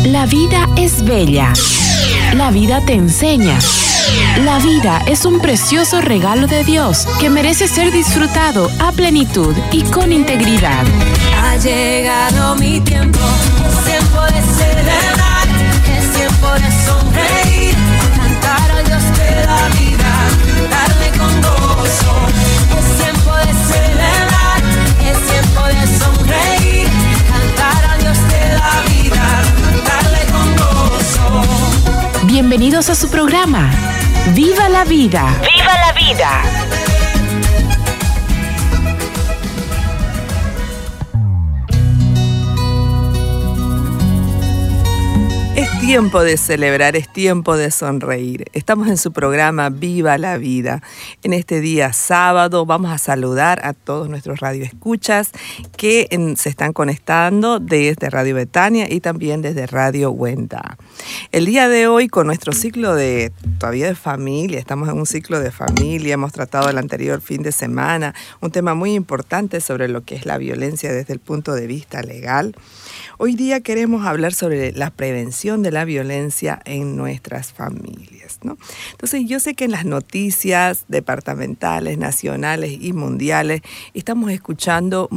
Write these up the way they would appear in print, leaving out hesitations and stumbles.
La vida es bella. La vida te enseña. La vida es un precioso regalo de Dios que merece ser disfrutado a plenitud y con integridad. Ha llegado mi tiempo, es tiempo de celebrar, es tiempo de sonreír, cantar al Dios de la vida, darle con gozo. Es tiempo de celebrar, es tiempo de sonreír, cantar al Dios de la vida, darle con gozo. Bienvenidos a su programa, ¡Viva la vida! ¡Viva la vida! Es tiempo de celebrar, es tiempo de sonreír. Estamos en su programa Viva la Vida. En este día sábado vamos a saludar a todos nuestros radioescuchas que se están conectando desde Radio Betania y también desde Radio Wenda. El día de hoy con nuestro ciclo todavía de familia, estamos en un ciclo de familia, hemos tratado el anterior fin de semana, un tema muy importante sobre lo que es la violencia desde el punto de vista legal. Hoy día queremos hablar sobre la prevención de la violencia en nuestras familias, ¿no? Entonces, yo sé que en las noticias departamentales, nacionales y mundiales estamos escuchando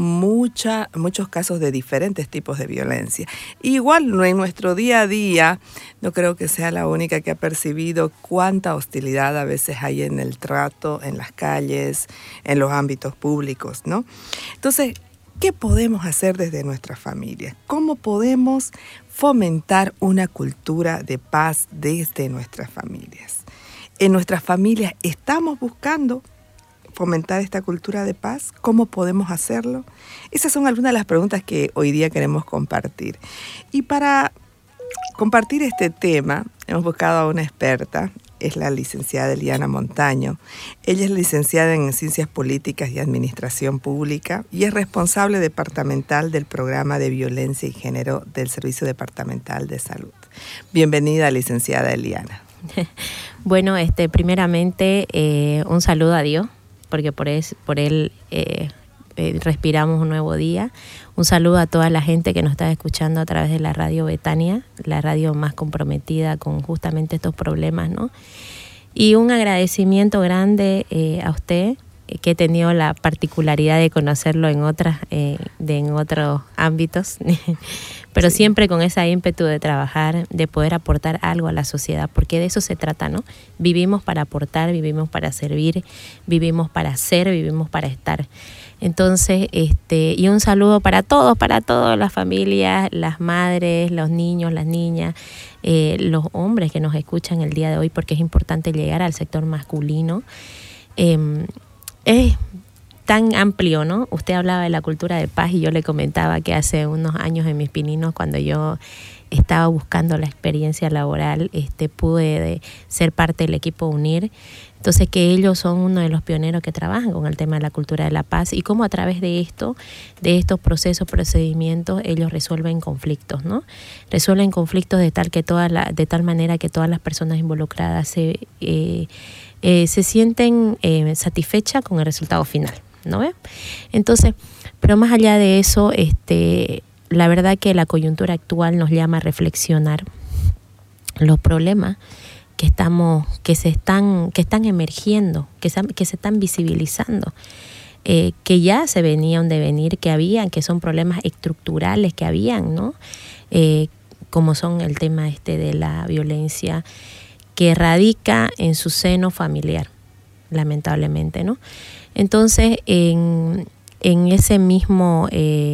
muchos casos de diferentes tipos de violencia. Igual en nuestro día a día, no creo que sea la única que ha percibido cuánta hostilidad a veces hay en el trato, en las calles, en los ámbitos públicos, ¿no? Entonces, ¿qué podemos hacer desde nuestras familias? ¿Cómo podemos fomentar una cultura de paz desde nuestras familias? En nuestras familias estamos buscando fomentar esta cultura de paz. ¿Cómo podemos hacerlo? Esas son algunas de las preguntas que hoy día queremos compartir. Y para compartir este tema, hemos buscado a una experta. Es la licenciada Eliana Montaño. Ella es licenciada en Ciencias Políticas y Administración Pública y es responsable departamental del Programa de Violencia y Género del Servicio Departamental de Salud. Bienvenida, licenciada Eliana. Bueno, primeramente un saludo a Dios, porque por él respiramos un nuevo día. Un saludo a toda la gente que nos está escuchando a través de la Radio Betania, la radio más comprometida con justamente estos problemas, ¿no? Y un agradecimiento grande a usted, que he tenido la particularidad de conocerlo en otros ámbitos, pero sí, siempre con ese ímpetu de trabajar, de poder aportar algo a la sociedad, porque de eso se trata, ¿no? Vivimos para aportar, vivimos para servir, vivimos para ser, vivimos para estar. Entonces, y un saludo para todas las familias, las madres, los niños, las niñas, los hombres que nos escuchan el día de hoy, porque es importante llegar al sector masculino. Es tan amplio, ¿no? Usted hablaba de la cultura de paz y yo le comentaba que hace unos años en mis pininos, cuando yo estaba buscando la experiencia laboral, pude ser parte del equipo UNIR. Entonces, que ellos son uno de los pioneros que trabajan con el tema de la cultura de la paz y cómo a través de estos procedimientos, ellos resuelven conflictos, ¿no? Resuelven conflictos de tal manera que todas las personas involucradas se sienten satisfechas con el resultado final, ¿no ve? Entonces, pero más allá de eso, la verdad que la coyuntura actual nos llama a reflexionar los problemas que están emergiendo, que se están visibilizando, que ya se venían de venir, que son problemas estructurales que habían, ¿no? Como son el tema de la violencia que radica en su seno familiar, lamentablemente, ¿no? Entonces, en ese mismo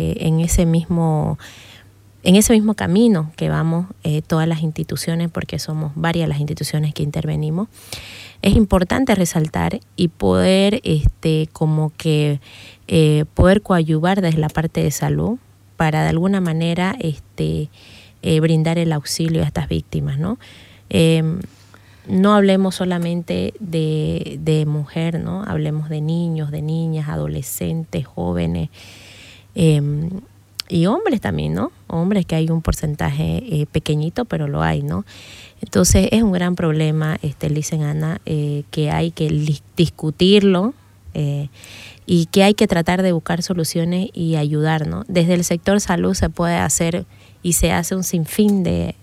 camino que vamos todas las instituciones, porque somos varias las instituciones que intervenimos, es importante resaltar y poder poder coadyuvar desde la parte de salud para de alguna manera brindar el auxilio a estas víctimas, ¿no? No hablemos solamente de mujer, ¿no? Hablemos de niños, de niñas, adolescentes, jóvenes, y hombres también, ¿no? Hombres, que hay un porcentaje pequeñito, pero lo hay, ¿no? Entonces es un gran problema, Licen Ana, que hay que discutirlo y que hay que tratar de buscar soluciones y ayudar, ¿no? Desde el sector salud se puede hacer y se hace un sinfín de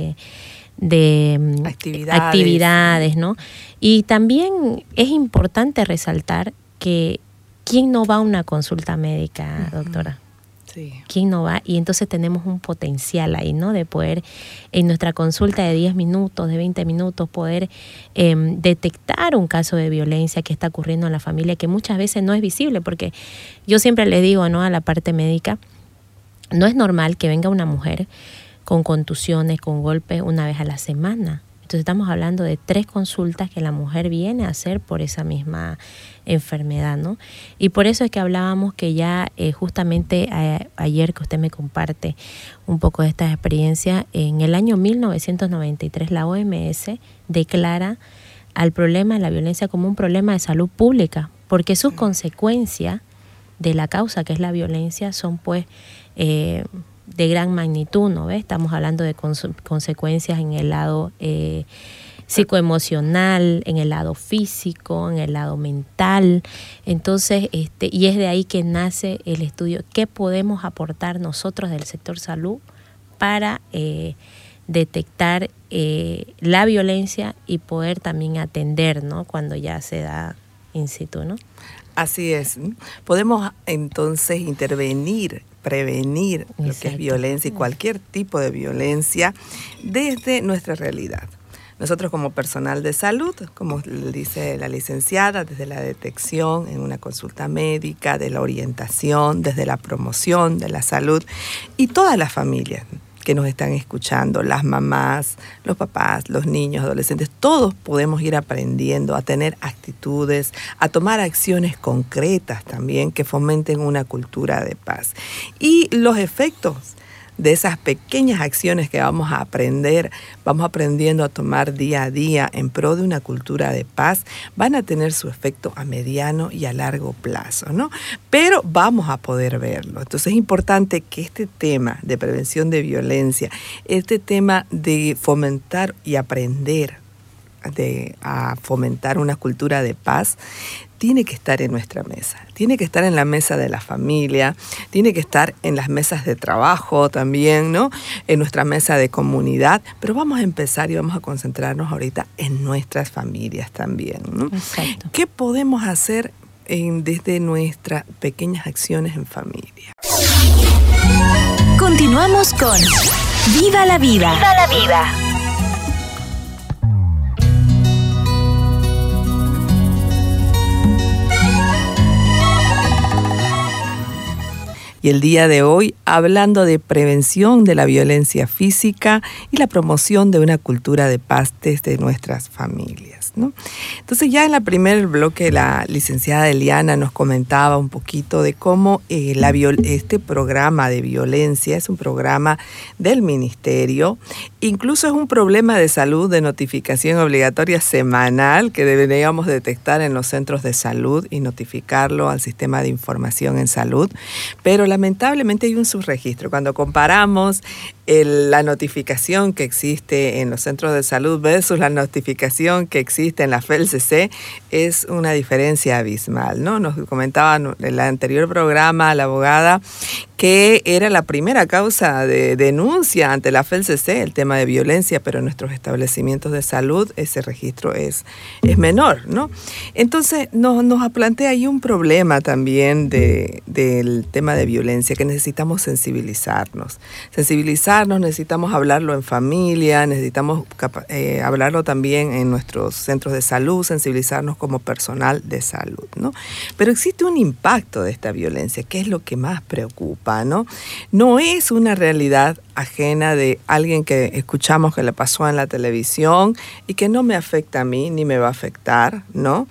actividades, ¿no? Y también es importante resaltar que ¿quién no va a una consulta médica, doctora? Sí. ¿Quién no va? Y entonces tenemos un potencial ahí, ¿no? De poder, en nuestra consulta de 10 minutos, de 20 minutos, poder detectar un caso de violencia que está ocurriendo en la familia, que muchas veces no es visible, porque yo siempre le digo, ¿no?, a la parte médica, no es normal que venga una mujer con contusiones, con golpes una vez a la semana. Entonces estamos hablando de 3 consultas que la mujer viene a hacer por esa misma enfermedad, ¿no? Y por eso es que hablábamos que ya justamente ayer que usted me comparte un poco de esta experiencia, en el año 1993 la OMS declara al problema de la violencia como un problema de salud pública, porque sus consecuencias de la causa que es la violencia son pues de gran magnitud, ¿no ves? Estamos hablando de consecuencias en el lado psicoemocional, en el lado físico, en el lado mental. Entonces, y es de ahí que nace el estudio. ¿Qué podemos aportar nosotros del sector salud para detectar la violencia y poder también atender, ¿no?, cuando ya se da in situ, ¿no? Así es. Podemos entonces intervenir, prevenir lo que es violencia y cualquier tipo de violencia desde nuestra realidad. Nosotros como personal de salud, como dice la licenciada, desde la detección en una consulta médica, de la orientación, desde la promoción de la salud y todas las familias que nos están escuchando, las mamás, los papás, los niños, adolescentes, todos podemos ir aprendiendo a tener actitudes, a tomar acciones concretas también que fomenten una cultura de paz. Y los efectos de esas pequeñas acciones que vamos aprendiendo a tomar día a día en pro de una cultura de paz, van a tener su efecto a mediano y a largo plazo, ¿no? Pero vamos a poder verlo. Entonces es importante que este tema de prevención de violencia, este tema de fomentar y aprender a fomentar una cultura de paz, tiene que estar en nuestra mesa, tiene que estar en la mesa de la familia, tiene que estar en las mesas de trabajo también, ¿no?, en nuestra mesa de comunidad, pero vamos a empezar y vamos a concentrarnos ahorita en nuestras familias también, ¿no? Exacto. ¿Qué podemos hacer desde nuestras pequeñas acciones en familia? Continuamos con Viva la Vida. Viva la Vida. Y el día de hoy hablando de prevención de la violencia física y la promoción de una cultura de paz desde nuestras familias, ¿no? Entonces ya en el primer bloque la licenciada Eliana nos comentaba un poquito de cómo este programa de violencia es un programa del ministerio, incluso es un problema de salud de notificación obligatoria semanal que deberíamos detectar en los centros de salud y notificarlo al sistema de información en salud, pero lamentablemente hay un subregistro. Cuando comparamos la notificación que existe en los centros de salud versus la notificación que existe en la FELCC, es una diferencia abismal, ¿no? Nos comentaba en el anterior programa la abogada que era la primera causa de denuncia ante la FELCC, el tema de violencia, pero en nuestros establecimientos de salud ese registro es menor, ¿no? Entonces nos plantea ahí un problema también del tema de violencia, que necesitamos sensibilizarnos, necesitamos hablarlo en familia, necesitamos hablarlo también en nuestros centros de salud, sensibilizarnos como personal de salud, ¿no? Pero existe un impacto de esta violencia, que es lo que más preocupa, ¿no? No es una realidad ajena de alguien que escuchamos que le pasó en la televisión y que no me afecta a mí ni me va a afectar, ¿no?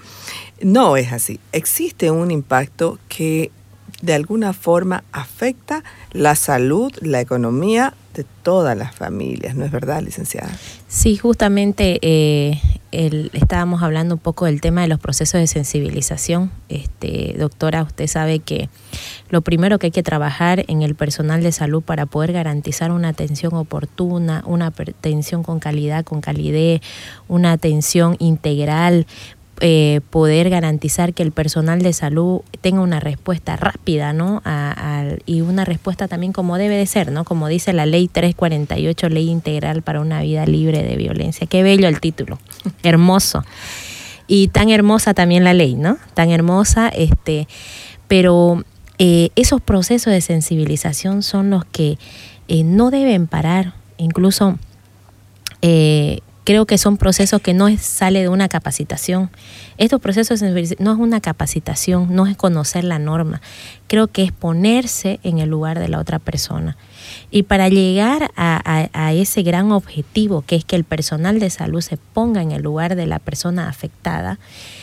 No es así. Existe un impacto que de alguna forma afecta la salud, la economía de todas las familias, ¿no es verdad, licenciada? Sí, justamente estábamos hablando un poco del tema de los procesos de sensibilización. Doctora, usted sabe que lo primero que hay que trabajar en el personal de salud para poder garantizar una atención oportuna, una atención con calidad, con calidez, una atención integral, poder garantizar que el personal de salud tenga una respuesta rápida, ¿no? Y una respuesta también como debe de ser, ¿no? Como dice la Ley 348, Ley Integral para una Vida Libre de Violencia. Qué bello el título, hermoso. Y tan hermosa también la ley, ¿no? Tan hermosa, pero esos procesos de sensibilización son los que no deben parar. Incluso creo que son procesos que no sale de una capacitación. Estos procesos de sensibilización no es una capacitación, no es conocer la norma. Creo que es ponerse en el lugar de la otra persona. Y para llegar a ese gran objetivo, que es que el personal de salud se ponga en el lugar de la persona afectada,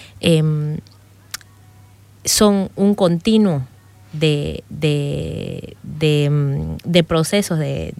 son un continuo de procesos de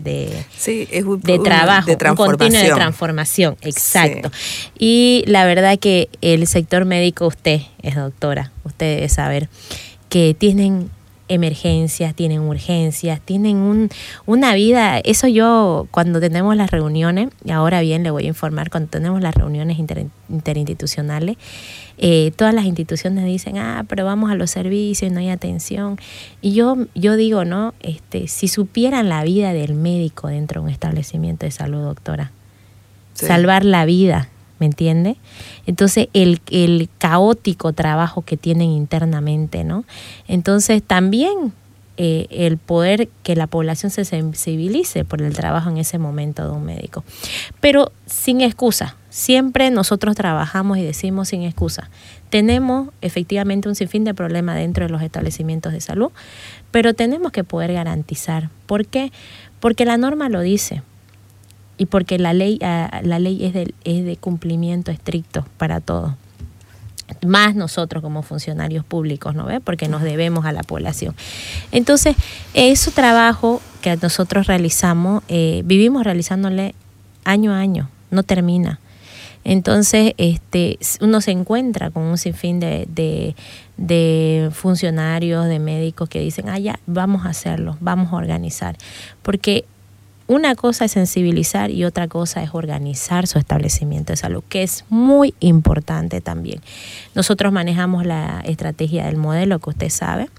trabajo, un continuo de transformación, exacto. Sí. Y la verdad que el sector médico, usted es doctora, usted debe saber que tienen emergencias, tienen urgencias, tienen una vida. Eso yo, cuando tenemos las reuniones, y ahora bien le voy a informar, cuando tenemos las reuniones interinstitucionales, todas las instituciones dicen, pero vamos a los servicios y no hay atención. Y yo digo, ¿no? Si supieran la vida del médico dentro de un establecimiento de salud, doctora, sí, salvar la vida, ¿me entiende? Entonces, el caótico trabajo que tienen internamente, ¿no? Entonces, también el poder que la población se sensibilice por el trabajo en ese momento de un médico. Pero sin excusa. Siempre nosotros trabajamos y decimos sin excusa. Tenemos efectivamente un sinfín de problemas dentro de los establecimientos de salud, pero tenemos que poder garantizar. ¿Por qué? Porque la norma lo dice. Y porque la ley es de cumplimiento estricto para todos. Más nosotros como funcionarios públicos, ¿no ve? Porque nos debemos a la población. Entonces, ese trabajo que nosotros realizamos, vivimos realizándole año a año, no termina. Entonces, uno se encuentra con un sinfín de funcionarios, de médicos que dicen, ya, vamos a hacerlo, vamos a organizar. Porque una cosa es sensibilizar y otra cosa es organizar su establecimiento de salud, que es muy importante también. Nosotros manejamos la estrategia del modelo, que usted sabe,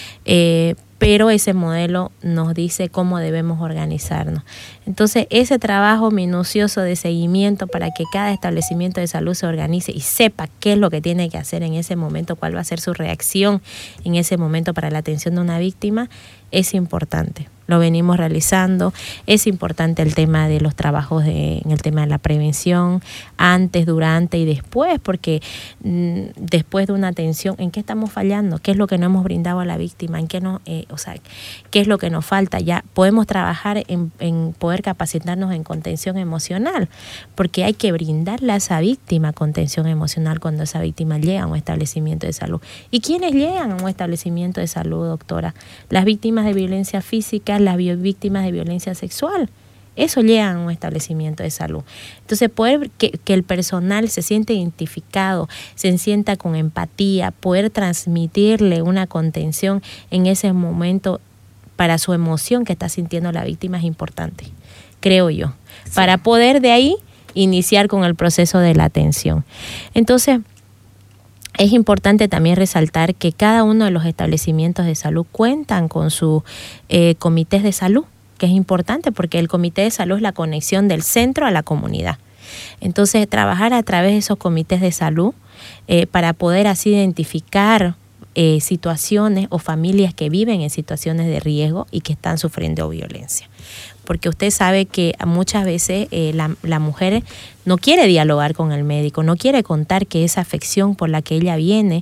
pero ese modelo nos dice cómo debemos organizarnos. Entonces, ese trabajo minucioso de seguimiento para que cada establecimiento de salud se organice y sepa qué es lo que tiene que hacer en ese momento, cuál va a ser su reacción en ese momento para la atención de una víctima, es importante. Lo venimos realizando. Es importante el tema de los trabajos en el tema de la prevención, antes, durante y después, porque después de una atención, ¿en qué estamos fallando? ¿Qué es lo que no hemos brindado a la víctima? ¿En qué no, qué es lo que nos falta? Ya podemos trabajar en poder capacitarnos en contención emocional, porque hay que brindarle a esa víctima contención emocional cuando esa víctima llega a un establecimiento de salud. ¿Y quiénes llegan a un establecimiento de salud, doctora? Las víctimas de violencia física, las víctimas de violencia sexual. Eso llega a un establecimiento de salud. Entonces, poder que el personal se sienta identificado, se sienta con empatía, poder transmitirle una contención en ese momento para su emoción que está sintiendo la víctima es importante, creo yo, sí, para poder de ahí iniciar con el proceso de la atención. Entonces, es importante también resaltar que cada uno de los establecimientos de salud cuentan con sus comités de salud, que es importante porque el comité de salud es la conexión del centro a la comunidad. Entonces, trabajar a través de esos comités de salud para poder así identificar situaciones o familias que viven en situaciones de riesgo y que están sufriendo violencia. Porque usted sabe que muchas veces la mujer no quiere dialogar con el médico, no quiere contar que esa afección por la que ella viene,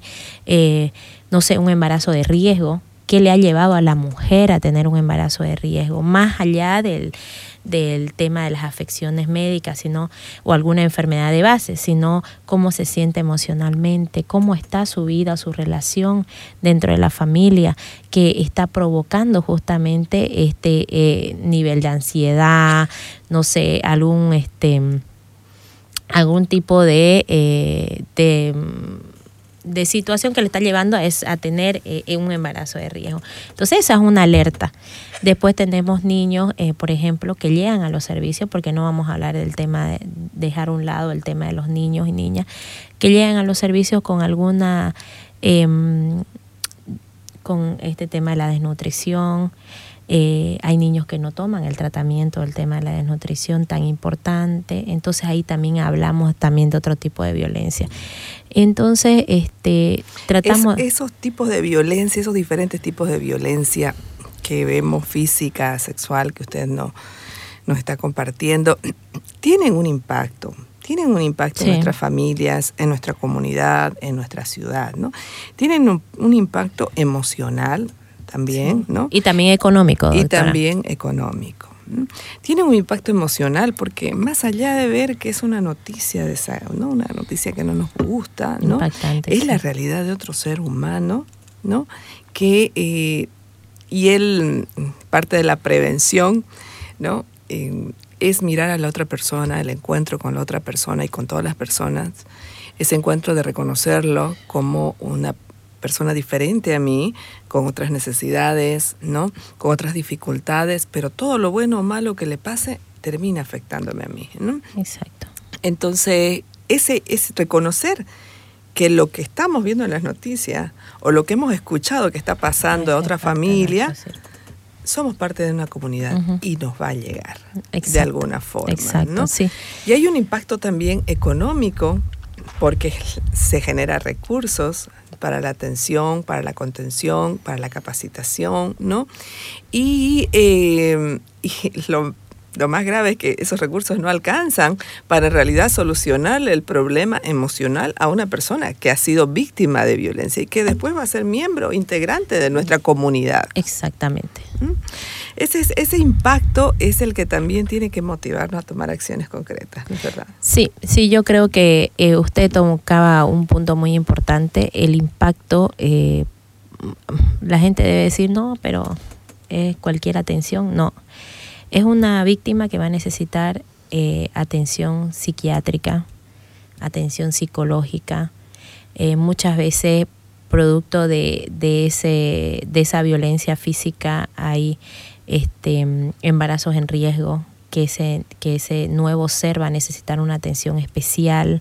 un embarazo de riesgo, que le ha llevado a la mujer a tener un embarazo de riesgo, más allá del tema de las afecciones médicas, o alguna enfermedad de base, sino cómo se siente emocionalmente, cómo está su vida, su relación dentro de la familia, que está provocando justamente este nivel de ansiedad, algún tipo de situación que le está llevando a tener un embarazo de riesgo. Entonces esa es una alerta. Después tenemos niños, por ejemplo, que llegan a los servicios, porque no vamos a hablar del tema de dejar a un lado el tema de los niños y niñas, que llegan a los servicios con alguna, con este tema de la desnutrición. Hay niños que no toman el tratamiento del tema de la desnutrición tan importante, entonces ahí también hablamos también de otro tipo de violencia. Entonces, tratamos... Esos tipos de violencia, esos diferentes tipos de violencia que vemos, física, sexual, que usted nos está compartiendo, tienen un impacto. Tienen un impacto en nuestras familias, en nuestra comunidad, en nuestra ciudad, ¿no? Tienen un impacto emocional también, ¿no? Y también económico, doctora. Y también económico. Tiene un impacto emocional porque más allá de ver que es una noticia ¿no? Una noticia que no nos gusta, ¿no? Impactante, es la realidad de otro ser humano, ¿no? Que y él, parte de la prevención, ¿no? Es mirar a la otra persona, el encuentro con la otra persona y con todas las personas, ese encuentro de reconocerlo como una persona diferente a mí, con otras necesidades, ¿no? Con otras dificultades, pero todo lo bueno o malo que le pase termina afectándome a mí, ¿no? Exacto. Entonces, ese reconocer que lo que estamos viendo en las noticias o lo que hemos escuchado que está pasando a otra familia, somos parte de una comunidad y nos va a llegar de alguna forma, ¿no? Sí. Y hay un impacto también económico porque se generan recursos para la atención, para la contención, para la capacitación, ¿no? Y lo más grave es que esos recursos no alcanzan para en realidad solucionar el problema emocional a una persona que ha sido víctima de violencia y que después va a ser miembro integrante de nuestra comunidad. Exactamente. Ese impacto es el que también tiene que motivarnos a tomar acciones concretas, ¿no es verdad? Sí, yo creo que usted tocaba un punto muy importante, el impacto. La gente debe decir, no, pero es cualquier atención. No, es una víctima que va a necesitar atención psiquiátrica, atención psicológica, muchas veces producto de esa violencia física hay embarazos en riesgo, que ese nuevo ser va a necesitar una atención especial.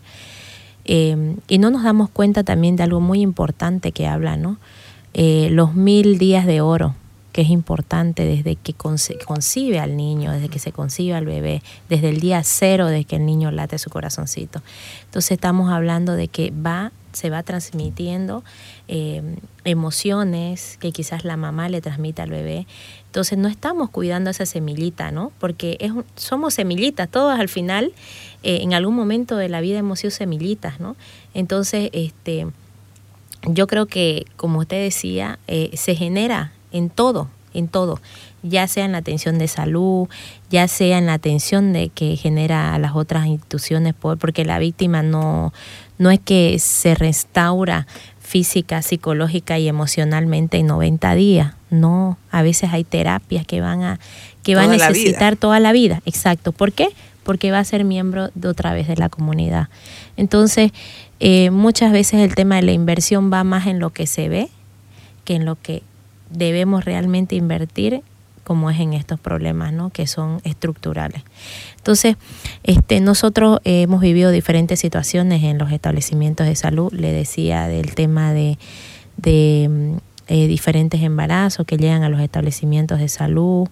Y no nos damos cuenta también de algo muy importante que habla, ¿no? Los 1000 días de oro, que es importante desde que concibe al niño, desde que se concibe al bebé, desde el día 0 de que el niño late su corazoncito. Entonces estamos hablando de que se va transmitiendo emociones que quizás la mamá le transmite al bebé. Entonces no estamos cuidando esa semillita, ¿no? Porque somos semillitas, todas al final, en algún momento de la vida hemos sido semillitas, ¿no? Entonces, yo creo que, como usted decía, se genera en todo, ya sea en la atención de salud, ya sea en la atención de que genera a las otras instituciones, porque la víctima no es que se restaura física, psicológica y emocionalmente en 90 días, no, a veces hay terapias que van a necesitar toda la vida, exacto. ¿Por qué? Porque va a ser miembro de otra vez de la comunidad. Entonces, muchas veces el tema de la inversión va más en lo que se ve que en lo que debemos realmente invertir, como es en estos problemas, ¿no? Que son estructurales. Entonces, nosotros hemos vivido diferentes situaciones en los establecimientos de salud. Le decía del tema de diferentes embarazos que llegan a los establecimientos de salud,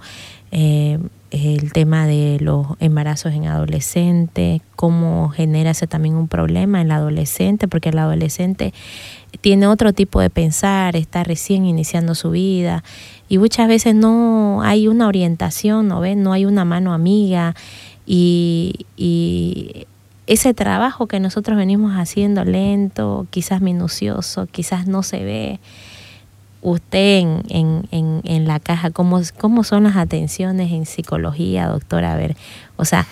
el tema de los embarazos en adolescentes, cómo genera ese también un problema en la adolescente, porque el adolescente tiene otro tipo de pensar, está recién iniciando su vida y muchas veces no hay una orientación, no hay una mano amiga y ese trabajo que nosotros venimos haciendo lento, quizás minucioso, quizás no se ve. Usted en la caja, ¿cómo son las atenciones en psicología, doctora? A ver, o sea...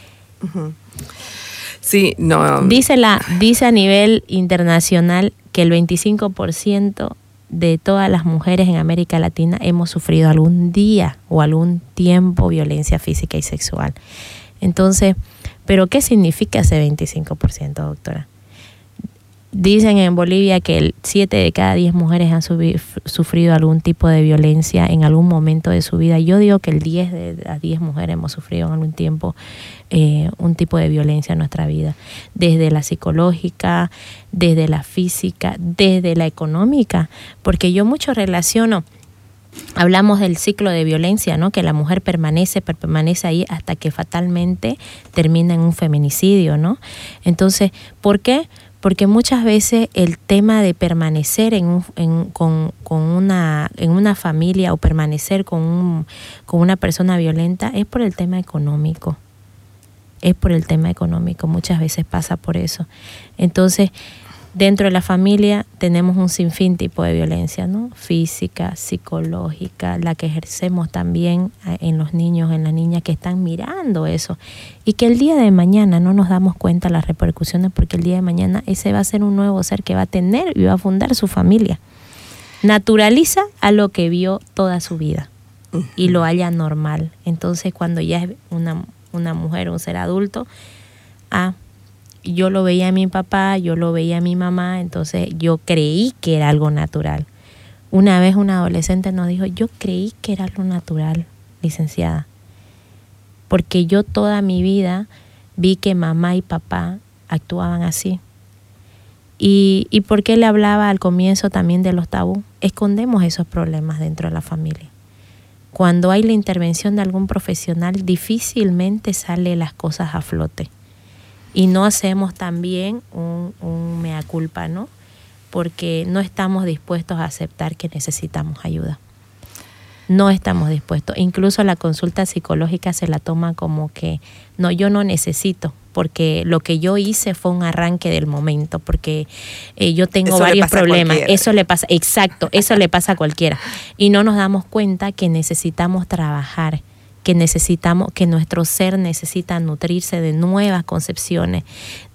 Sí, no... Dice a nivel internacional que el 25% de todas las mujeres en América Latina hemos sufrido algún día o algún tiempo violencia física y sexual. Entonces, ¿pero qué significa ese 25%, doctora? Dicen en Bolivia que 7 de cada 10 mujeres han sufrido algún tipo de violencia en algún momento de su vida. Yo digo que el 10 de las 10 mujeres hemos sufrido en algún tiempo un tipo de violencia en nuestra vida. Desde la psicológica, desde la física, desde la económica. Porque yo mucho relaciono, hablamos del ciclo de violencia, ¿no? Que la mujer permanece ahí hasta que fatalmente termina en un feminicidio, ¿no? Entonces, ¿por qué? Porque muchas veces el tema de permanecer en una familia o permanecer con una persona violenta es por el tema económico. Muchas veces pasa por eso. Entonces, dentro de la familia tenemos un sinfín tipo de violencia, ¿no? Física, psicológica, la que ejercemos también en los niños, en las niñas que están mirando eso. Y que el día de mañana no nos damos cuenta de las repercusiones, porque el día de mañana ese va a ser un nuevo ser que va a tener y va a fundar su familia. Naturaliza a lo que vio toda su vida y lo halla normal. Entonces, cuando ya es una mujer, un ser adulto, yo lo veía a mi papá, yo lo veía a mi mamá, entonces yo creí que era algo natural. Una vez una adolescente nos dijo, yo creí que era algo natural, licenciada, porque yo toda mi vida vi que mamá y papá actuaban así. ¿Y por qué le hablaba al comienzo también de los tabú? Escondemos esos problemas dentro de la familia. Cuando hay la intervención de algún profesional, difícilmente salen las cosas a flote. Y no hacemos también un mea culpa, ¿no? Porque no estamos dispuestos a aceptar que necesitamos ayuda. No estamos dispuestos. Incluso la consulta psicológica se la toma como que, no, yo no necesito, porque lo que yo hice fue un arranque del momento, porque yo tengo varios problemas. Eso le pasa, exacto, eso le pasa a cualquiera. Y no nos damos cuenta que necesitamos trabajar, que necesitamos, que nuestro ser necesita nutrirse de nuevas concepciones,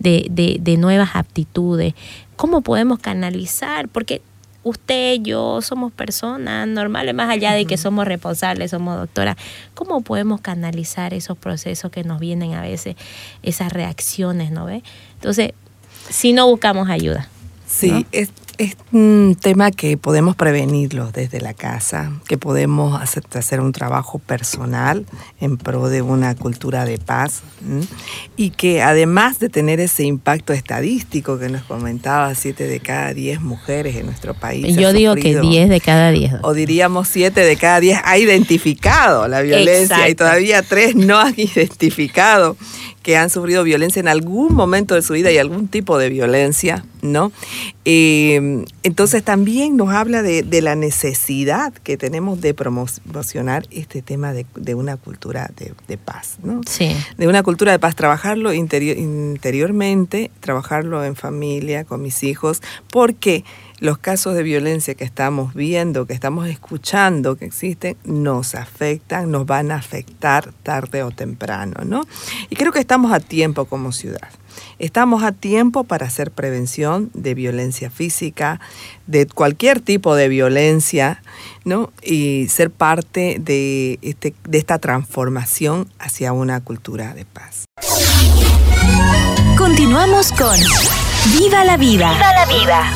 de nuevas aptitudes. ¿Cómo podemos canalizar? Porque usted, yo somos personas normales, más allá de que somos responsables, somos doctoras. ¿Cómo podemos canalizar esos procesos que nos vienen a veces, esas reacciones, ¿no ve? Entonces, si no buscamos ayuda. Sí, ¿no? Es un tema que podemos prevenirlo desde la casa, que podemos hacer un trabajo personal en pro de una cultura de paz, y que además de tener ese impacto estadístico que nos comentaba, 7 de cada 10 mujeres en nuestro país. Yo digo que 10 de cada 10. O diríamos 7 de cada 10 ha identificado la violencia. Exacto. Y todavía 3 no han identificado que han sufrido violencia en algún momento de su vida y algún tipo de violencia, ¿no? Entonces también nos habla de la necesidad que tenemos de promocionar este tema de una cultura de paz, ¿no? Sí. De una cultura de paz, trabajarlo interiormente, trabajarlo en familia, con mis hijos, porque los casos de violencia que estamos viendo, que estamos escuchando que existen, nos afectan, nos van a afectar tarde o temprano, ¿no? Y creo que estamos a tiempo como ciudad. Estamos a tiempo para hacer prevención de violencia física, de cualquier tipo de violencia, ¿no? Y ser parte de esta transformación hacia una cultura de paz. Continuamos con Viva la Vida. ¡Viva la Vida!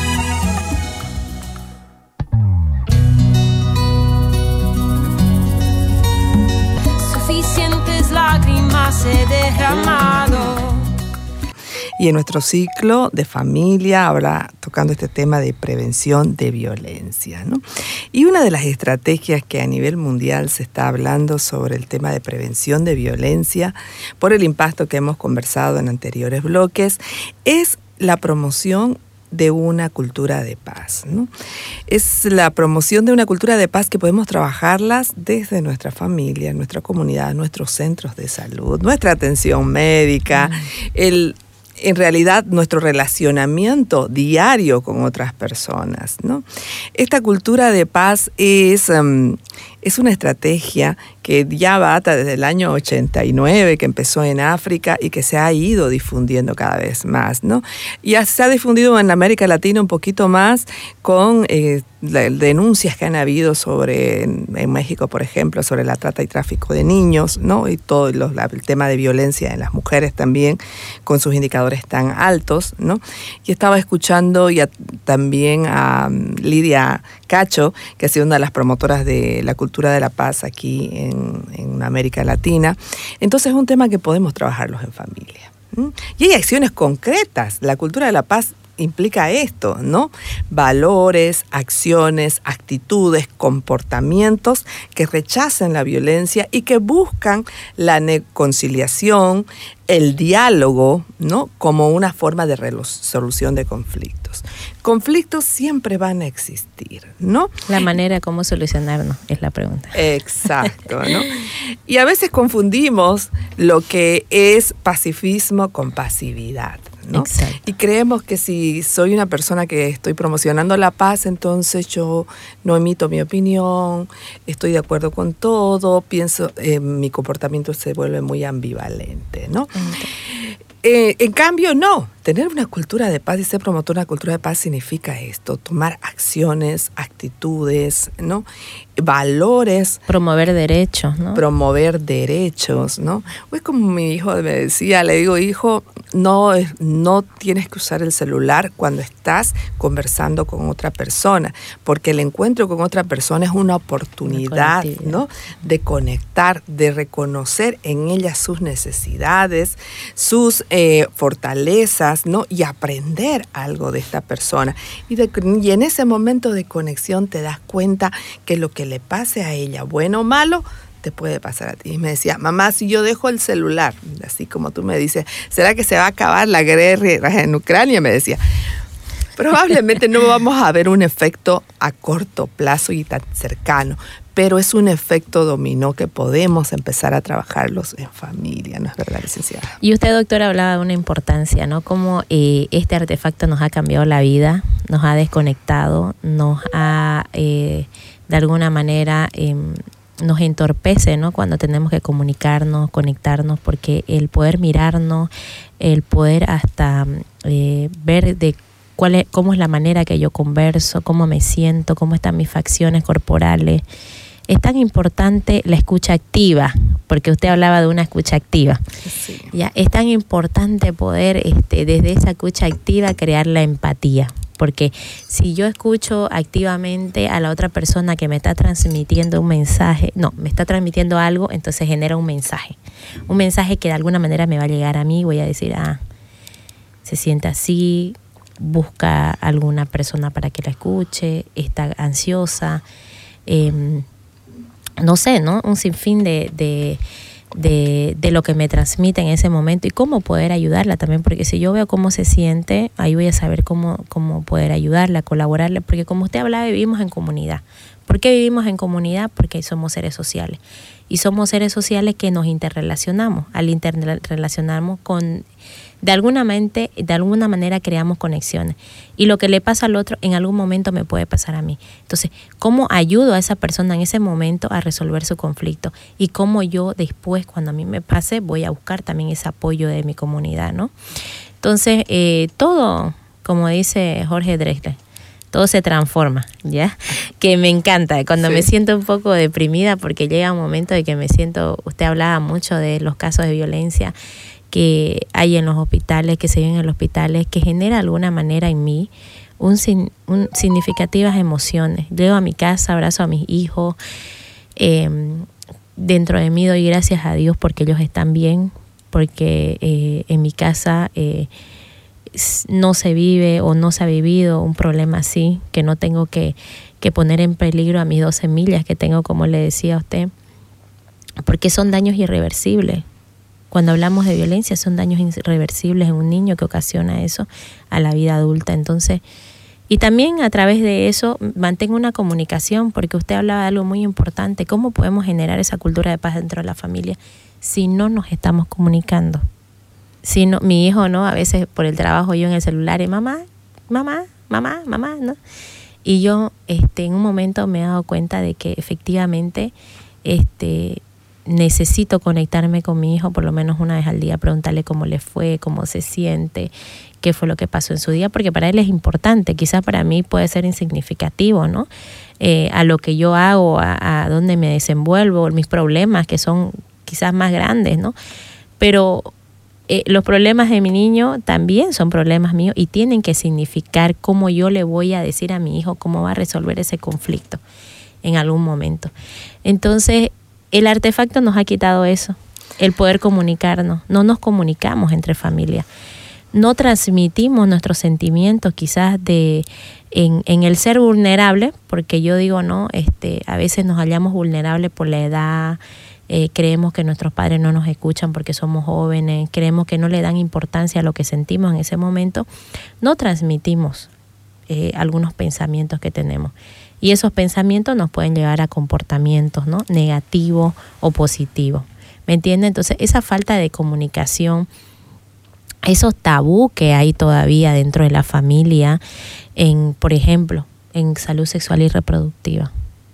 Suficientes lágrimas he derramado. Y en nuestro ciclo de familia habla tocando este tema de prevención de violencia, ¿no? Y una de las estrategias que a nivel mundial se está hablando sobre el tema de prevención de violencia, por el impacto que hemos conversado en anteriores bloques, es la promoción de una cultura de paz, ¿no? Es la promoción de una cultura de paz que podemos trabajarlas desde nuestra familia, nuestra comunidad, nuestros centros de salud, nuestra atención médica, en realidad nuestro relacionamiento diario con otras personas, ¿no? Esta cultura de paz es es una estrategia que ya data desde el año 89, que empezó en África y que se ha ido difundiendo cada vez más, ¿no? Y se ha difundido en América Latina un poquito más con denuncias que han habido en México, por ejemplo, sobre la trata y tráfico de niños, ¿no? Y todo el tema de violencia en las mujeres también, con sus indicadores tan altos, ¿no? Y estaba escuchando también a Lidia Cacho, que ha sido una de las promotoras de la cultura de la paz aquí en América Latina. Entonces es un tema que podemos trabajarlos en familia. Y hay acciones concretas. La cultura de la paz implica esto, ¿no? Valores, acciones, actitudes, comportamientos que rechacen la violencia y que buscan la conciliación, el diálogo, ¿no? Como una forma de resolución de conflictos. Conflictos siempre van a existir, ¿no? La manera como solucionarnos es la pregunta. Exacto, ¿no? Y a veces confundimos lo que es pacifismo con pasividad, ¿no? Exacto. Y creemos que si soy una persona que estoy promocionando la paz, entonces yo no emito mi opinión, estoy de acuerdo con todo, pienso, mi comportamiento se vuelve muy ambivalente, ¿no? En cambio, no. Tener una cultura de paz y ser promotor de una cultura de paz significa esto, tomar acciones, actitudes, ¿no? Valores. Promover derechos, ¿no? Promover derechos, ¿no? Pues como mi hijo me decía, le digo, hijo, no tienes que usar el celular cuando estás conversando con otra persona, porque el encuentro con otra persona es una oportunidad, ¿no? De conectar, de reconocer en ella sus necesidades, sus fortalezas, ¿no? Y aprender algo de esta persona. Y en ese momento de conexión te das cuenta que lo que le pase a ella, bueno o malo, te puede pasar a ti. Y me decía, mamá, si yo dejo el celular, así como tú me dices, ¿será que se va a acabar la guerra en Ucrania? Me decía. Probablemente no vamos a ver un efecto a corto plazo y tan cercano, pero es un efecto dominó que podemos empezar a trabajarlos en familia, ¿no es verdad, licenciada? Y usted, doctora, hablaba de una importancia, ¿no? Cómo este artefacto nos ha cambiado la vida, nos ha desconectado, nos ha, de alguna manera, nos entorpece, ¿no? Cuando tenemos que comunicarnos, conectarnos, porque el poder mirarnos, el poder hasta ver de cómo es la manera que yo converso, cómo me siento, cómo están mis facciones corporales. Es tan importante la escucha activa, porque usted hablaba de una escucha activa. Sí. Ya, es tan importante poder desde esa escucha activa crear la empatía. Porque si yo escucho activamente a la otra persona que me está transmitiendo un mensaje, me está transmitiendo algo, entonces genera un mensaje que de alguna manera me va a llegar a mí, voy a decir, se siente así, busca alguna persona para que la escuche, está ansiosa, no sé, ¿no? Un sinfín de lo que me transmite en ese momento y cómo poder ayudarla también, porque si yo veo cómo se siente, ahí voy a saber cómo poder ayudarla, colaborarle, porque como usted hablaba, vivimos en comunidad. ¿Por qué vivimos en comunidad? Porque somos seres sociales. Y somos seres sociales que nos interrelacionamos. Al interrelacionarnos de alguna manera creamos conexiones. Y lo que le pasa al otro, en algún momento me puede pasar a mí. Entonces, ¿cómo ayudo a esa persona en ese momento a resolver su conflicto? Y cómo yo después, cuando a mí me pase, voy a buscar también ese apoyo de mi comunidad, ¿no? Entonces, todo, como dice Jorge Drexler, todo se transforma, ¿ya? Que me encanta cuando me siento un poco deprimida, porque llega un momento de que me siento, usted hablaba mucho de los casos de violencia que hay en los hospitales, que se viven en los hospitales, que genera de alguna manera en mí significativas emociones. Llego a mi casa, abrazo a mis hijos, dentro de mí doy gracias a Dios porque ellos están bien, porque en mi casa no se vive o no se ha vivido un problema así, que no tengo que poner en peligro a mis 12 millas que tengo, como le decía a usted, porque son daños irreversibles. Cuando hablamos de violencia, son daños irreversibles en un niño que ocasiona eso a la vida adulta. Entonces, y también a través de eso mantengo una comunicación, porque usted hablaba de algo muy importante, cómo podemos generar esa cultura de paz dentro de la familia si no nos estamos comunicando. Si no, mi hijo, ¿no? A veces por el trabajo yo en el celular y mamá, ¿no? Y yo en un momento me he dado cuenta de que efectivamente necesito conectarme con mi hijo por lo menos una vez al día, preguntarle cómo le fue, cómo se siente, qué fue lo que pasó en su día, porque para él es importante. Quizás para mí puede ser insignificativo, ¿no? A lo que yo hago, a dónde me desenvuelvo, mis problemas que son quizás más grandes, ¿no? Pero los problemas de mi niño también son problemas míos y tienen que significar cómo yo le voy a decir a mi hijo cómo va a resolver ese conflicto en algún momento. Entonces, el artefacto nos ha quitado eso, el poder comunicarnos. No nos comunicamos entre familias. No transmitimos nuestros sentimientos quizás en el ser vulnerable, porque yo digo, no, a veces nos hallamos vulnerables por la edad, creemos que nuestros padres no nos escuchan porque somos jóvenes, creemos que no le dan importancia a lo que sentimos en ese momento. No transmitimos algunos pensamientos que tenemos. Y esos pensamientos nos pueden llevar a comportamientos, ¿no? Negativos o positivos. ¿Me entienden? Entonces, esa falta de comunicación, esos tabú que hay todavía dentro de la familia, por ejemplo, en salud sexual y reproductiva.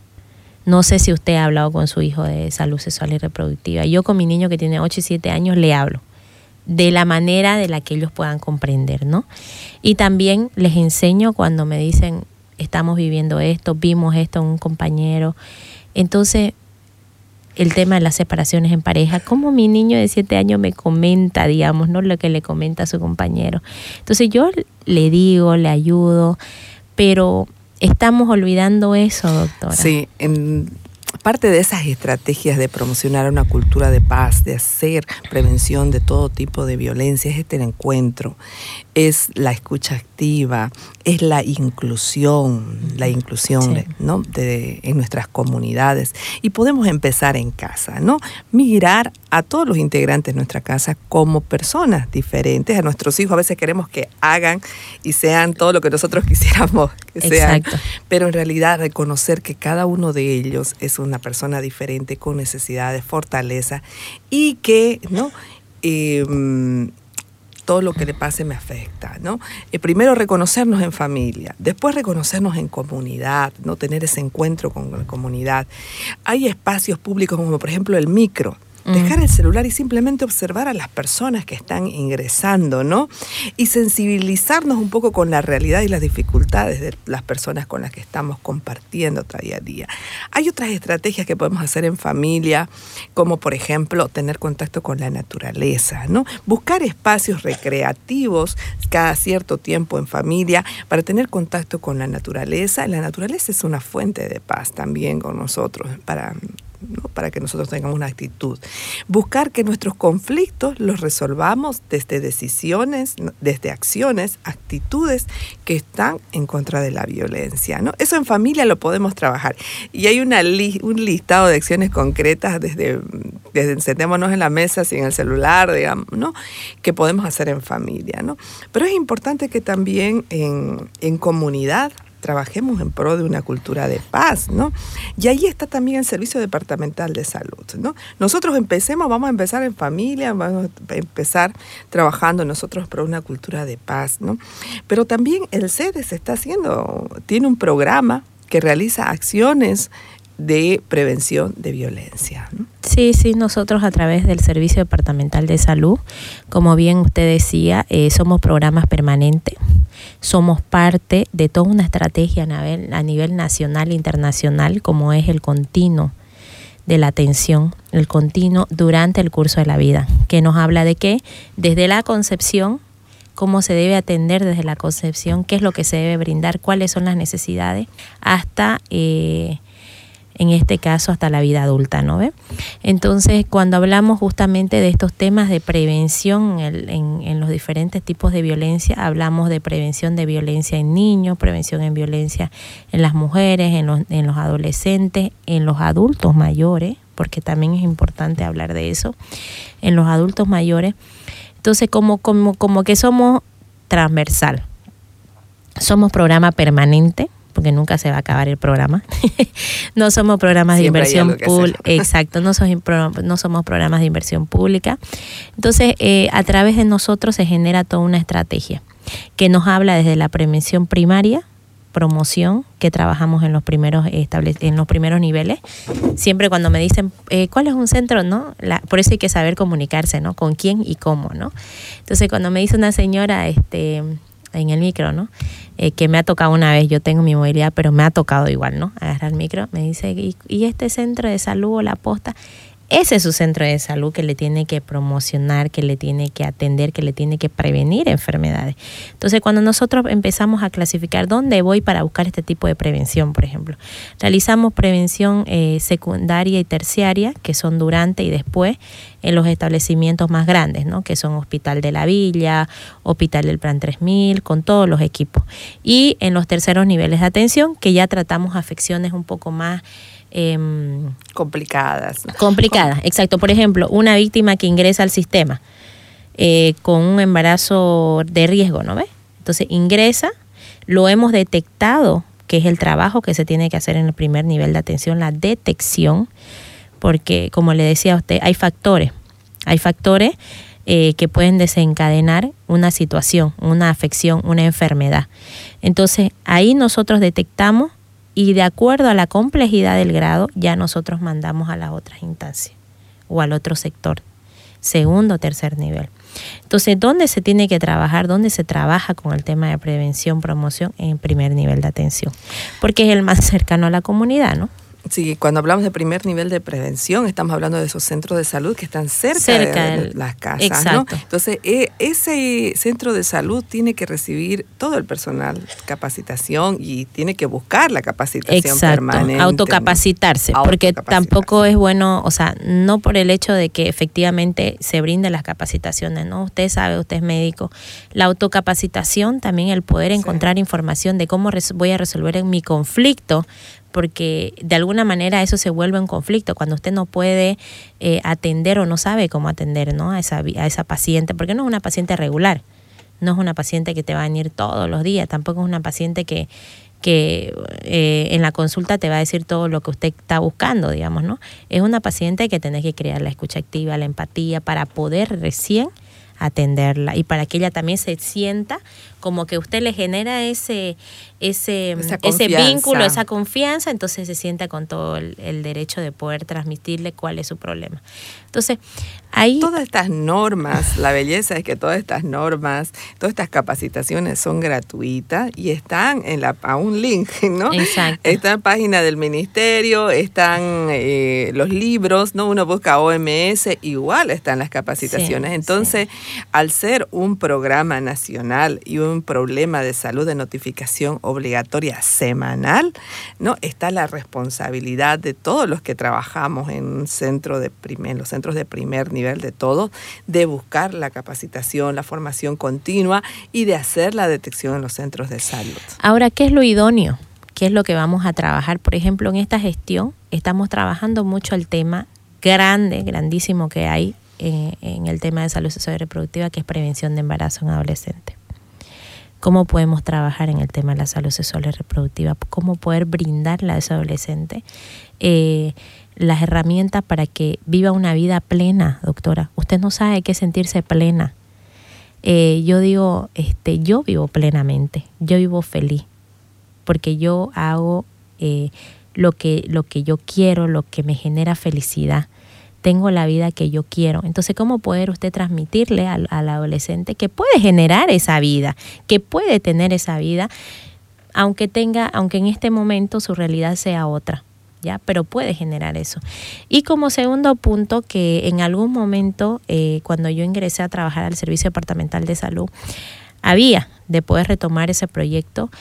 No sé si usted ha hablado con su hijo de salud sexual y reproductiva. Yo con mi niño que tiene 8 y 7 años le hablo de la manera de la que ellos puedan comprender, ¿no? Y también les enseño cuando me dicen, estamos viviendo esto, vimos esto en un compañero. Entonces, el tema de las separaciones en pareja, como mi niño de 7 años me comenta, digamos, ¿no? Lo que le comenta a su compañero. Entonces yo le digo, le ayudo, pero estamos olvidando eso, doctora. Sí, parte de esas estrategias de promocionar una cultura de paz, de hacer prevención de todo tipo de violencia, es el encuentro, es la escucha activa, es la inclusión, sí, ¿no? En nuestras comunidades. Y podemos empezar en casa, ¿no? Mirar a todos los integrantes de nuestra casa como personas diferentes. A nuestros hijos a veces queremos que hagan y sean todo lo que nosotros quisiéramos que sean. Exacto. Pero en realidad reconocer que cada uno de ellos es una persona diferente con necesidades, fortaleza y que, ¿no? Todo lo que le pase me afecta, ¿no? Primero reconocernos en familia, después reconocernos en comunidad, ¿no? Tener ese encuentro con la comunidad. Hay espacios públicos como por ejemplo el micro. Dejar el celular y simplemente observar a las personas que están ingresando, ¿no? Y sensibilizarnos un poco con la realidad y las dificultades de las personas con las que estamos compartiendo día a día. Hay otras estrategias que podemos hacer en familia, como por ejemplo tener contacto con la naturaleza, ¿no? Buscar espacios recreativos cada cierto tiempo en familia para tener contacto con la naturaleza. La naturaleza es una fuente de paz también con nosotros, para que nosotros tengamos una actitud. Buscar que nuestros conflictos los resolvamos desde decisiones, desde acciones, actitudes que están en contra de la violencia, ¿no? Eso en familia lo podemos trabajar. Y hay un listado de acciones concretas desde sentémonos en la mesa, sin el celular, digamos, ¿no? Que podemos hacer en familia, ¿no? Pero es importante que también en comunidad trabajemos en pro de una cultura de paz, ¿no? Y ahí está también el Servicio Departamental de Salud, ¿no? Nosotros vamos a empezar en familia, vamos a empezar trabajando nosotros por una cultura de paz, ¿no? Pero también el CEDES tiene un programa que realiza acciones de prevención de violencia, ¿no? Sí, nosotros a través del Servicio Departamental de Salud, como bien usted decía, somos programas permanentes, somos parte de toda una estrategia a nivel nacional e internacional, como es el continuo de la atención, el continuo durante el curso de la vida, que nos habla de que desde la concepción, cómo se debe atender desde la concepción, qué es lo que se debe brindar, cuáles son las necesidades, hasta en este caso hasta la vida adulta, ¿no ve? Entonces, cuando hablamos justamente de estos temas de prevención en los diferentes tipos de violencia, hablamos de prevención de violencia en niños, prevención en violencia en las mujeres, en los adolescentes, en los adultos mayores, porque también es importante hablar de eso, en los adultos mayores. Entonces, como que somos transversal, somos programa permanente, porque nunca se va a acabar el programa. No somos programas de inversión pública. Exacto, no somos programas de inversión pública. Entonces, a través de nosotros se genera toda una estrategia que nos habla desde la prevención primaria, promoción que trabajamos en los primeros niveles. Siempre cuando me dicen ¿cuál es un centro? ¿No? Por eso hay que saber comunicarse, ¿no? Con quién y cómo, ¿no? Entonces cuando me dice una señora en el micro, ¿no? Que me ha tocado una vez, yo tengo mi movilidad, pero me ha tocado igual, ¿no? Agarrar el micro, me dice, ¿y este centro de salud o la posta? Ese es su centro de salud que le tiene que promocionar, que le tiene que atender, que le tiene que prevenir enfermedades. Entonces, cuando nosotros empezamos a clasificar dónde voy para buscar este tipo de prevención, por ejemplo, realizamos prevención secundaria y terciaria, que son durante y después en los establecimientos más grandes, ¿no? Que son Hospital de la Villa, Hospital del Plan 3000, con todos los equipos. Y en los terceros niveles de atención, que ya tratamos afecciones un poco más complicadas, exacto. Por ejemplo, una víctima que ingresa al sistema con un embarazo de riesgo, ¿no ves? Entonces ingresa, lo hemos detectado, que es el trabajo que se tiene que hacer en el primer nivel de atención, la detección, porque como le decía a usted, hay factores que pueden desencadenar una situación, una afección, una enfermedad. Entonces ahí nosotros detectamos y de acuerdo a la complejidad del grado, ya nosotros mandamos a las otras instancias o al otro sector, segundo o tercer nivel. Entonces, ¿dónde se tiene que trabajar? ¿Dónde se trabaja con el tema de prevención, promoción? En primer nivel de atención, porque es el más cercano a la comunidad, ¿no? Sí, cuando hablamos de primer nivel de prevención, estamos hablando de esos centros de salud que están cerca de las casas, exacto, ¿no? Entonces, ese centro de salud tiene que recibir todo el personal capacitación y tiene que buscar la capacitación permanente. Autocapacitarse, porque tampoco es bueno, o sea, no por el hecho de que efectivamente se brinden las capacitaciones, ¿no? Usted sabe, usted es médico, la autocapacitación también, el poder encontrar información de cómo voy a resolver en mi conflicto, porque de alguna manera eso se vuelve un conflicto cuando usted no puede atender o no sabe cómo atender, ¿no? a esa paciente, porque no es una paciente regular, no es una paciente que te va a venir todos los días, tampoco es una paciente que en la consulta te va a decir todo lo que usted está buscando, digamos, ¿no? Es una paciente que tenés que crear la escucha activa, la empatía para poder recién atenderla y para que ella también se sienta como que usted le genera ese vínculo, esa confianza, entonces se sienta con todo el derecho de poder transmitirle cuál es su problema. Entonces, ahí... Todas estas normas, la belleza es que todas estas normas, todas estas capacitaciones son gratuitas y están a un link, ¿no? Exacto. Está en página del ministerio, están los libros, ¿no? Uno busca OMS, igual están las capacitaciones. Sí, entonces, al ser un programa nacional y un problema de salud de notificación obligatoria semanal, ¿no? Está la responsabilidad de todos los que trabajamos en un centro en los centros de primer nivel de todos, de buscar la capacitación, la formación continua y de hacer la detección en los centros de salud. Ahora, ¿qué es lo idóneo? ¿Qué es lo que vamos a trabajar? Por ejemplo, en esta gestión estamos trabajando mucho el tema grandísimo que hay en el tema de salud sexual y reproductiva, que es prevención de embarazo en adolescentes. ¿Cómo podemos trabajar en el tema de la salud sexual y reproductiva? ¿Cómo poder brindarle a ese adolescente las herramientas para que viva una vida plena, doctora? Usted no sabe qué es sentirse plena. Yo digo, yo vivo plenamente, yo vivo feliz, porque yo hago lo que yo quiero, lo que me genera felicidad. Tengo la vida que yo quiero. Entonces, ¿cómo poder usted transmitirle al adolescente que puede generar esa vida, que puede tener esa vida, aunque en este momento su realidad sea otra, ¿ya? Pero puede generar eso. Y como segundo punto, que en algún momento, cuando yo ingresé a trabajar al Servicio Departamental de Salud, había de poder retomar ese proyecto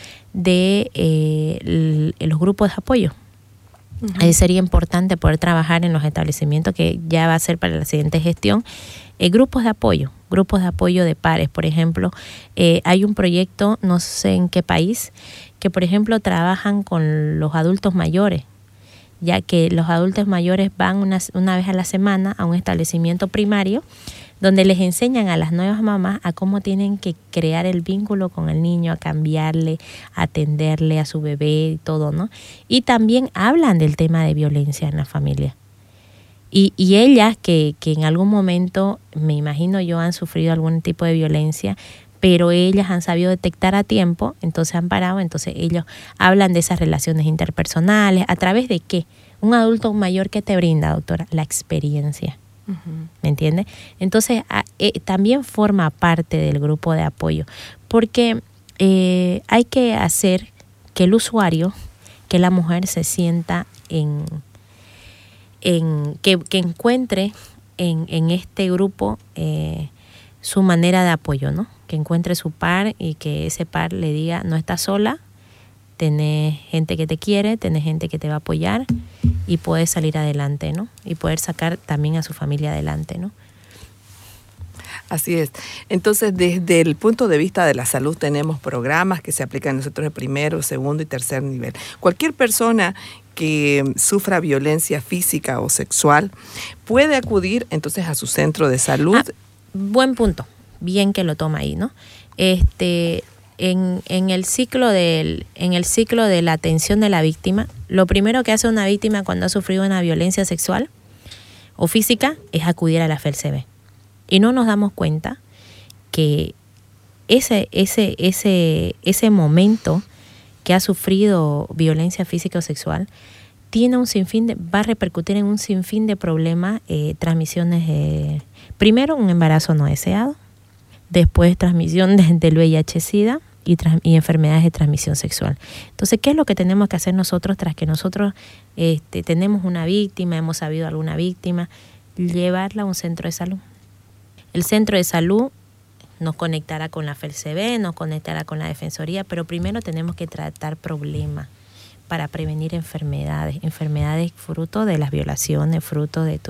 de los grupos de apoyo. Uh-huh. Sería importante poder trabajar en los establecimientos, que ya va a ser para la siguiente gestión, grupos de apoyo de pares. Por ejemplo, hay un proyecto, no sé en qué país, que por ejemplo trabajan con los adultos mayores, ya que los adultos mayores van una vez a la semana a un establecimiento primario donde les enseñan a las nuevas mamás a cómo tienen que crear el vínculo con el niño, a cambiarle, a atenderle a su bebé y todo, ¿no? Y también hablan del tema de violencia en la familia. Y ellas que en algún momento, me imagino yo, han sufrido algún tipo de violencia, pero ellas han sabido detectar a tiempo, entonces han parado, entonces ellos hablan de esas relaciones interpersonales. ¿A través de qué? Un adulto mayor, ¿qué te brinda, doctora? La experiencia. ¿Me entiende? Entonces también forma parte del grupo de apoyo, porque hay que hacer que el usuario, que la mujer se sienta que encuentre en este grupo su manera de apoyo, ¿no? Que encuentre su par y que ese par le diga, no estás sola, tenés gente que te quiere, tenés gente que te va a apoyar y puedes salir adelante, ¿no? Y poder sacar también a su familia adelante, ¿no? Así es. Entonces, desde el punto de vista de la salud, tenemos programas que se aplican a nosotros de primero, segundo y tercer nivel. Cualquier persona que sufra violencia física o sexual puede acudir entonces a su centro de salud. Buen punto. Bien que lo toma ahí, ¿no? En el ciclo de la atención de la víctima, lo primero que hace una víctima cuando ha sufrido una violencia sexual o física es acudir a la FELCB. Y no nos damos cuenta que ese momento que ha sufrido violencia física o sexual tiene va a repercutir en un sinfín de problemas, transmisiones, primero un embarazo no deseado, después transmisión del VIH-Sida y enfermedades de transmisión sexual. Entonces, ¿qué es lo que tenemos que hacer nosotros tras que nosotros tenemos una víctima, hemos sabido alguna víctima? Llevarla a un centro de salud. El centro de salud nos conectará con la FELCB, nos conectará con la Defensoría, pero primero tenemos que tratar problemas para prevenir enfermedades fruto de las violaciones, fruto de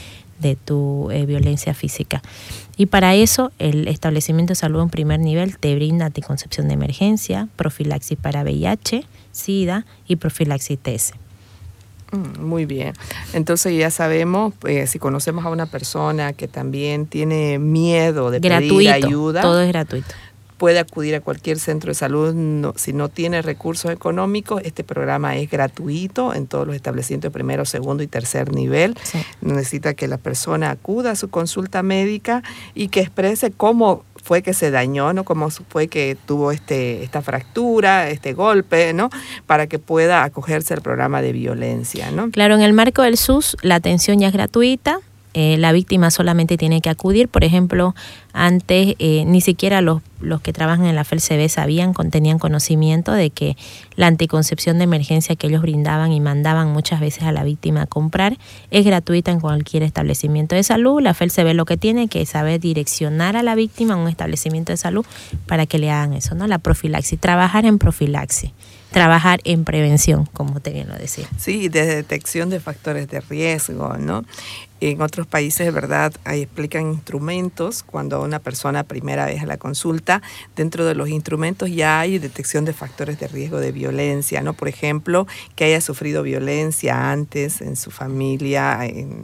tu violencia física. Y para eso el establecimiento de salud en primer nivel te brinda anticoncepción de emergencia, profilaxis para VIH, SIDA y profilaxis TS. Muy bien. Entonces ya sabemos, si conocemos a una persona que también tiene miedo de pedir ayuda. Todo es gratuito. Puede acudir a cualquier centro de salud. Si no tiene recursos económicos, este programa es gratuito en todos los establecimientos de primero, segundo y tercer nivel. Sí. Necesita que la persona acuda a su consulta médica y que exprese cómo fue que se dañó, ¿no? Cómo fue que tuvo esta fractura, este golpe, ¿no? Para que pueda acogerse al programa de violencia, ¿no? Claro, en el marco del SUS la atención ya es gratuita. La víctima solamente tiene que acudir. Por ejemplo, antes ni siquiera los que trabajan en la FELCB tenían conocimiento de que la anticoncepción de emergencia que ellos brindaban y mandaban muchas veces a la víctima a comprar es gratuita en cualquier establecimiento de salud. La FELCB lo que tiene que saber direccionar a la víctima a un establecimiento de salud para que le hagan eso, ¿no? La profilaxis, trabajar en profilaxis. Trabajar en prevención, como usted bien lo decía. Sí, de detección de factores de riesgo, ¿no? En otros países, ¿verdad? Ahí explican instrumentos cuando una persona primera vez a la consulta. Dentro de los instrumentos ya hay detección de factores de riesgo de violencia, ¿no? Por ejemplo, que haya sufrido violencia antes en su familia,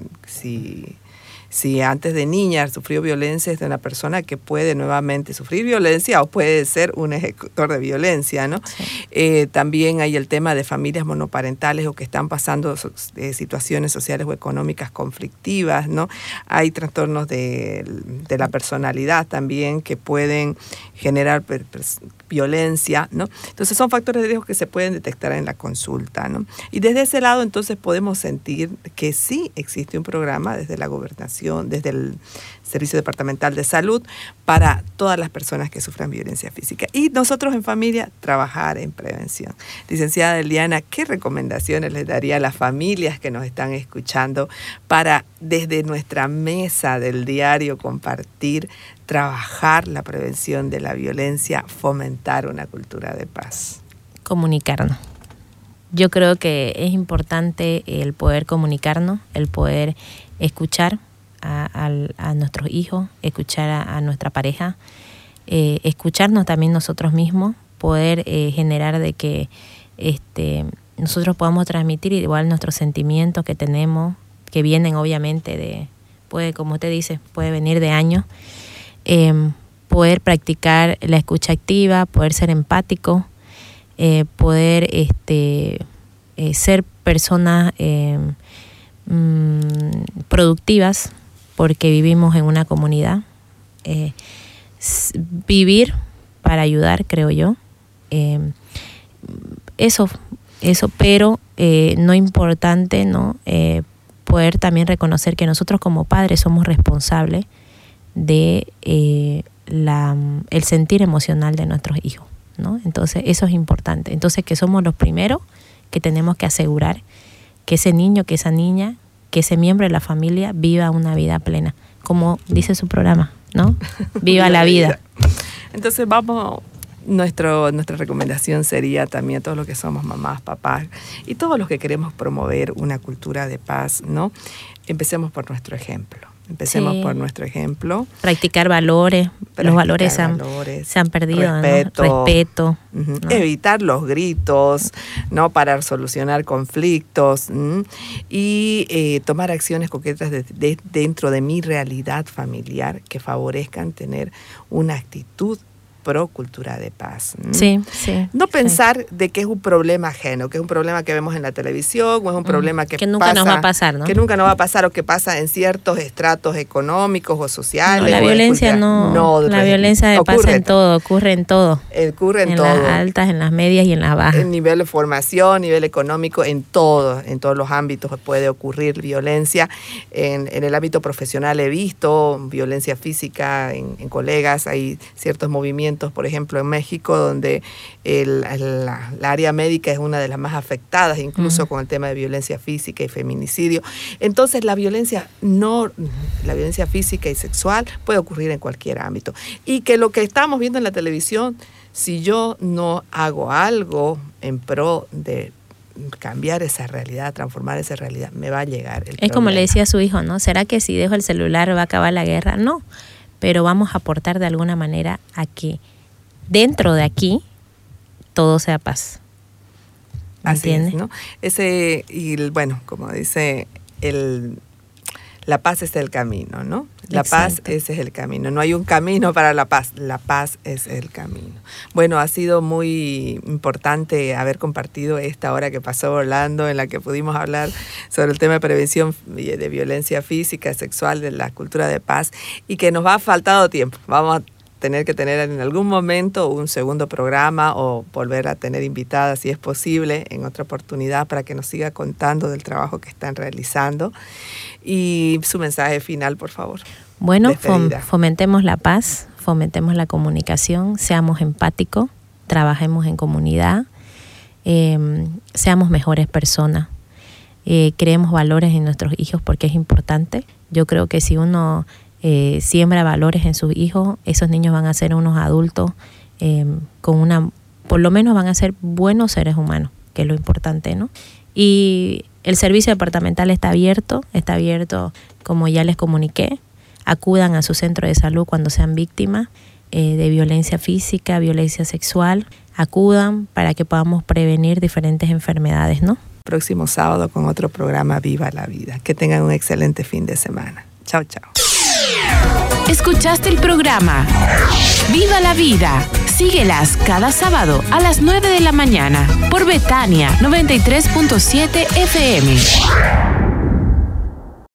si antes de niña sufrió violencia, es de una persona que puede nuevamente sufrir violencia o puede ser un ejecutor de violencia, ¿no? Sí. También hay el tema de familias monoparentales o que están pasando situaciones sociales o económicas conflictivas, ¿no? Hay trastornos de la personalidad también que pueden generar violencia, ¿no? Entonces son factores de riesgo que se pueden detectar en la consulta, ¿no? Y desde ese lado entonces podemos sentir que sí existe un programa desde la gobernación, desde el Servicio Departamental de Salud para todas las personas que sufran violencia física. Y nosotros en familia trabajar en prevención. Licenciada Eliana, ¿qué recomendaciones les daría a las familias que nos están escuchando para desde nuestra mesa del diario compartir, trabajar la prevención de la violencia, fomentar una cultura de paz? Comunicarnos. Yo creo que es importante el poder comunicarnos, el poder escuchar a nuestros hijos, escuchar a nuestra pareja, escucharnos también nosotros mismos, poder generar de que nosotros podamos transmitir igual nuestros sentimientos que tenemos, que vienen obviamente como usted dice, puede venir de años, poder practicar la escucha activa, poder ser empático, poder ser personas productivas, porque vivimos en una comunidad. vivir para ayudar, creo yo. Eso, pero no importante, ¿no? Poder también reconocer que nosotros como padres somos responsables de el sentir emocional de nuestros hijos, ¿no? Entonces eso es importante. Entonces que somos los primeros que tenemos que asegurar que ese niño, que esa niña, que ese miembro de la familia viva una vida plena, como dice su programa, ¿no? Viva la vida. Entonces nuestra recomendación sería también a todos los que somos mamás, papás y todos los que queremos promover una cultura de paz, ¿no? Empecemos por nuestro ejemplo. Por nuestro ejemplo. Practicar valores. Los valores se han perdido. Respeto. ¿No? Evitar los gritos, ¿no? Para solucionar conflictos y tomar acciones concretas dentro de mi realidad familiar que favorezcan tener una actitud pro cultura de paz. Sí. No pensar de que es un problema ajeno, que es un problema que vemos en la televisión o es un problema que nunca nos va a pasar, ¿no? Que nunca nos va a pasar o que pasa en ciertos estratos económicos o sociales. No, la violencia la violencia pasa en todo, ocurre en todo. En las altas, en las medias y en las bajas. En nivel de formación, nivel económico, en todos los ámbitos puede ocurrir violencia. En el ámbito profesional he visto violencia física en colegas, hay ciertos movimientos, por ejemplo, en México, donde la área médica es una de las más afectadas, incluso con el tema de violencia física y feminicidio. Entonces, la violencia física y sexual puede ocurrir en cualquier ámbito. Y que lo que estamos viendo en la televisión, si yo no hago algo en pro de cambiar esa realidad, transformar esa realidad, me va a llegar el problema. Como le decía a su hijo, ¿no? ¿Será que si dejo el celular va a acabar la guerra? No. Pero vamos a aportar de alguna manera a que dentro de aquí todo sea paz. Así es, ¿no? Como dice, la paz es el camino, ¿no? La Exacto. Paz, ese es el camino. No hay un camino para la paz es el camino. Bueno, ha sido muy importante haber compartido esta hora que pasó volando, en la que pudimos hablar sobre el tema de prevención de violencia física, sexual, de la cultura de paz, y que nos ha faltado tiempo. Vamos a tener que tener en algún momento un segundo programa o volver a tener invitadas, si es posible, en otra oportunidad, para que nos siga contando del trabajo que están realizando. Y su mensaje final, por favor. Bueno, fomentemos la paz, fomentemos la comunicación, seamos empáticos, trabajemos en comunidad, seamos mejores personas, creemos valores en nuestros hijos porque es importante. Yo creo que si uno siembra valores en sus hijos, esos niños van a ser unos adultos por lo menos van a ser buenos seres humanos, que es lo importante, ¿no? Y el servicio departamental está abierto, como ya les comuniqué. Acudan a su centro de salud cuando sean víctimas de violencia física, violencia sexual. Acudan para que podamos prevenir diferentes enfermedades, ¿no? Próximo sábado con otro programa Viva la Vida. Que tengan un excelente fin de semana. Chao, chao. Escuchaste el programa Viva la Vida. Síguelas cada sábado a las 9 de la mañana por Betania 93.7 FM.